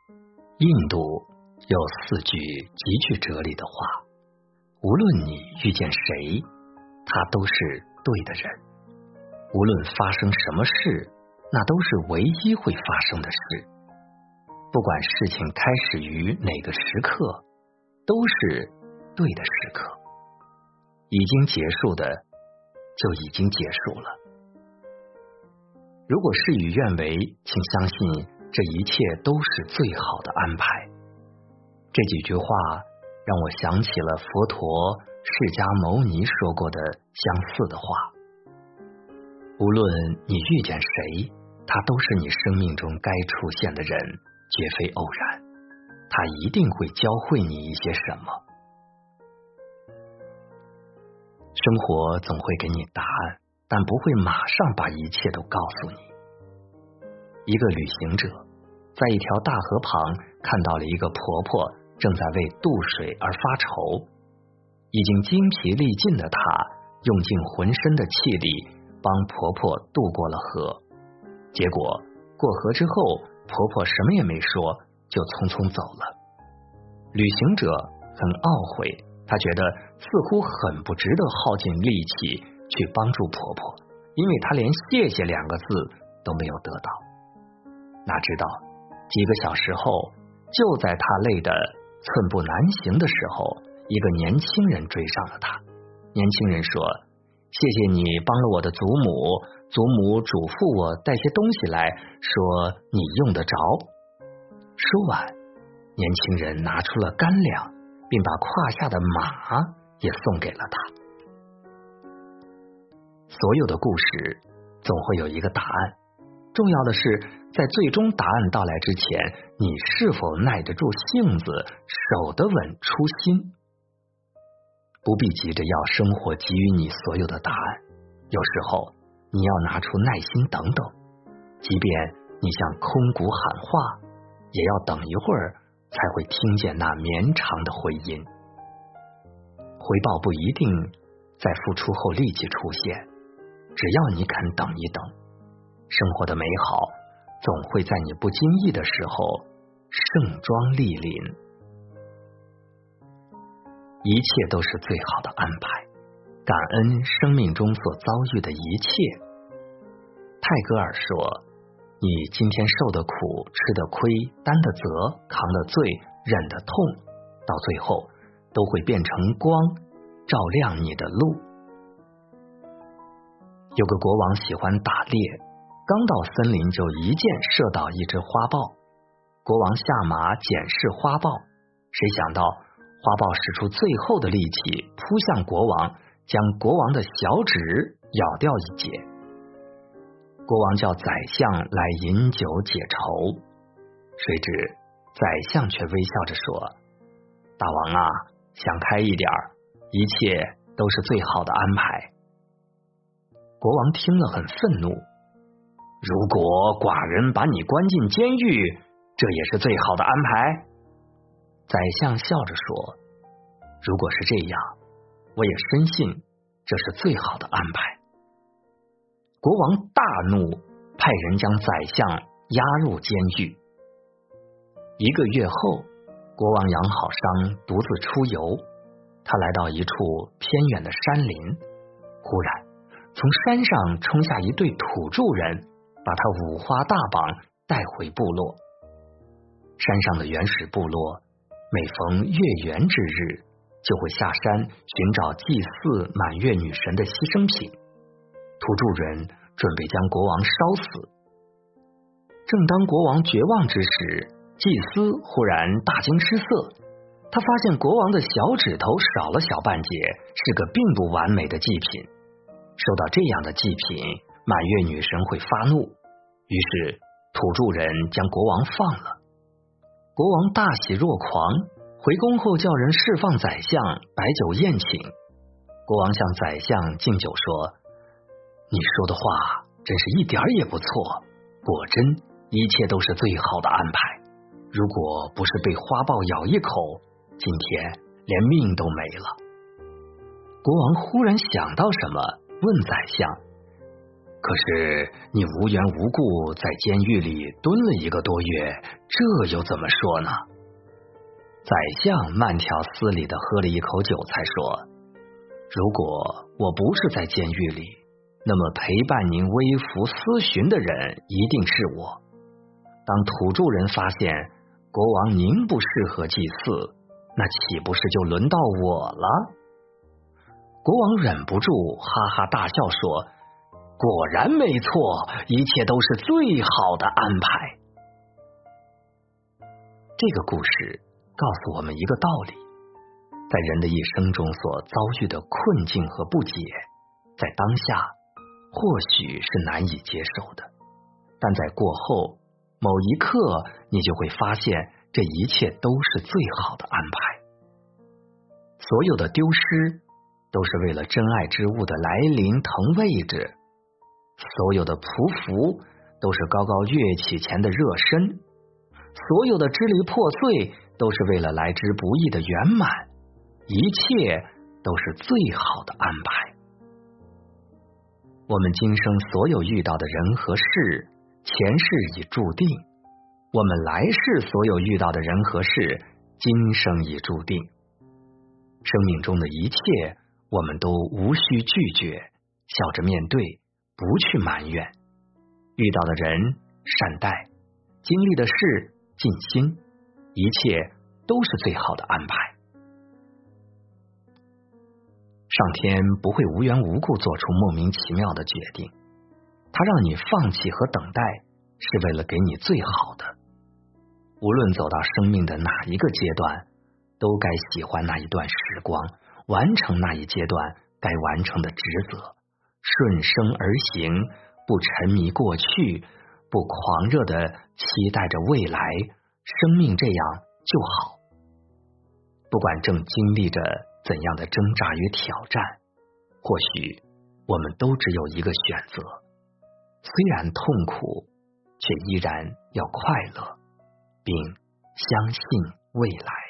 印度有4句极具哲理的话，无论你遇见谁，他都是对的人。无论发生什么事，那都是唯一会发生的事。不管事情开始于哪个时刻，都是对的时刻。已经结束的就已经结束了。如果事与愿违，请相信这一切都是最好的安排。这几句话让我想起了佛陀、释迦牟尼说过的相似的话。无论你遇见谁，他都是你生命中该出现的人，绝非偶然。他一定会教会你一些什么。生活总会给你答案，但不会马上把一切都告诉你。一个旅行者在一条大河旁看到了一个婆婆正在为渡水而发愁，已经精疲力尽的她用尽浑身的气力帮婆婆渡过了河。结果过河之后，婆婆什么也没说，就匆匆走了。旅行者很懊悔，他觉得似乎很不值得耗尽力气去帮助婆婆，因为他连谢谢2个字都没有得到。哪知道几个小时后，就在他累得寸步难行的时候，一个年轻人追上了他。年轻人说：谢谢你帮了我的祖母，祖母嘱咐我带些东西来，说你用得着。说完，年轻人拿出了干粮，并把胯下的马也送给了他。所有的故事总会有一个答案，重要的是在最终答案到来之前，你是否耐得住性子，守得稳初心。不必急着要生活给予你所有的答案，有时候你要拿出耐心等等，即便你向空谷喊话，也要等一会儿才会听见那绵长的回音。回报不一定在付出后立即出现，只要你肯等一等，生活的美好总会在你不经意的时候盛装莅临。一切都是最好的安排，感恩生命中所遭遇的一切。泰戈尔说，你今天受的苦、吃的亏、担的责、扛的罪、忍的痛，到最后都会变成光，照亮你的路。有个国王喜欢打猎，刚到森林就一箭射到一只花豹。国王下马检视花豹，谁想到花豹使出最后的力气扑向国王，将国王的小指咬掉一截。国王叫宰相来饮酒解愁，谁知宰相却微笑着说：大王啊，想开一点，一切都是最好的安排。国王听了很愤怒，如果寡人把你关进监狱，这也是最好的安排。宰相笑着说：如果是这样，我也深信这是最好的安排。国王大怒，派人将宰相押入监狱。1个月后，国王养好伤，独自出游。他来到一处偏远的山林，忽然从山上冲下一队土著人，把他五花大绑带回部落。山上的原始部落每逢月圆之日，就会下山寻找祭祀满月女神的牺牲品。土著人准备将国王烧死。正当国王绝望之时，祭司忽然大惊失色，他发现国王的小指头少了小半截，是个并不完美的祭品。收到这样的祭品，满月女神会发怒，于是土著人将国王放了。国王大喜若狂，回宫后叫人释放宰相，摆酒宴请。国王向宰相敬酒说：你说的话真是一点也不错，果真一切都是最好的安排。如果不是被花豹咬一口，今天连命都没了。国王忽然想到什么，问宰相： 可是你无缘无故在监狱里蹲了1个多月，这又怎么说呢？宰相慢条斯理地喝了一口酒，才说：如果我不是在监狱里，那么陪伴您微服私巡的人一定是我。当土著人发现国王您不适合祭祀，那岂不是就轮到我了？国王忍不住哈哈大笑说：果然没错，一切都是最好的安排。这个故事告诉我们一个道理，在人的一生中所遭遇的困境和不解，在当下或许是难以接受的，但在过后某一刻，你就会发现这一切都是最好的安排。所有的丢失都是为了真爱之物的来临腾位置，所有的匍匐都是高高跃起前的热身，所有的支离破碎都是为了来之不易的圆满，一切都是最好的安排。我们今生所有遇到的人和事，前世已注定；我们来世所有遇到的人和事，今生已注定。生命中的一切，我们都无需拒绝，笑着面对，不去埋怨。遇到的人善待，经历的事尽心，一切都是最好的安排。上天不会无缘无故做出莫名其妙的决定，他让你放弃和等待，是为了给你最好的。无论走到生命的哪一个阶段，都该喜欢那一段时光，完成那一阶段该完成的职责，顺生而行，不沉迷过去，不狂热地期待着未来，生命这样就好。不管正经历着怎样的挣扎与挑战，或许我们都只有一个选择，虽然痛苦，却依然要快乐，并相信未来。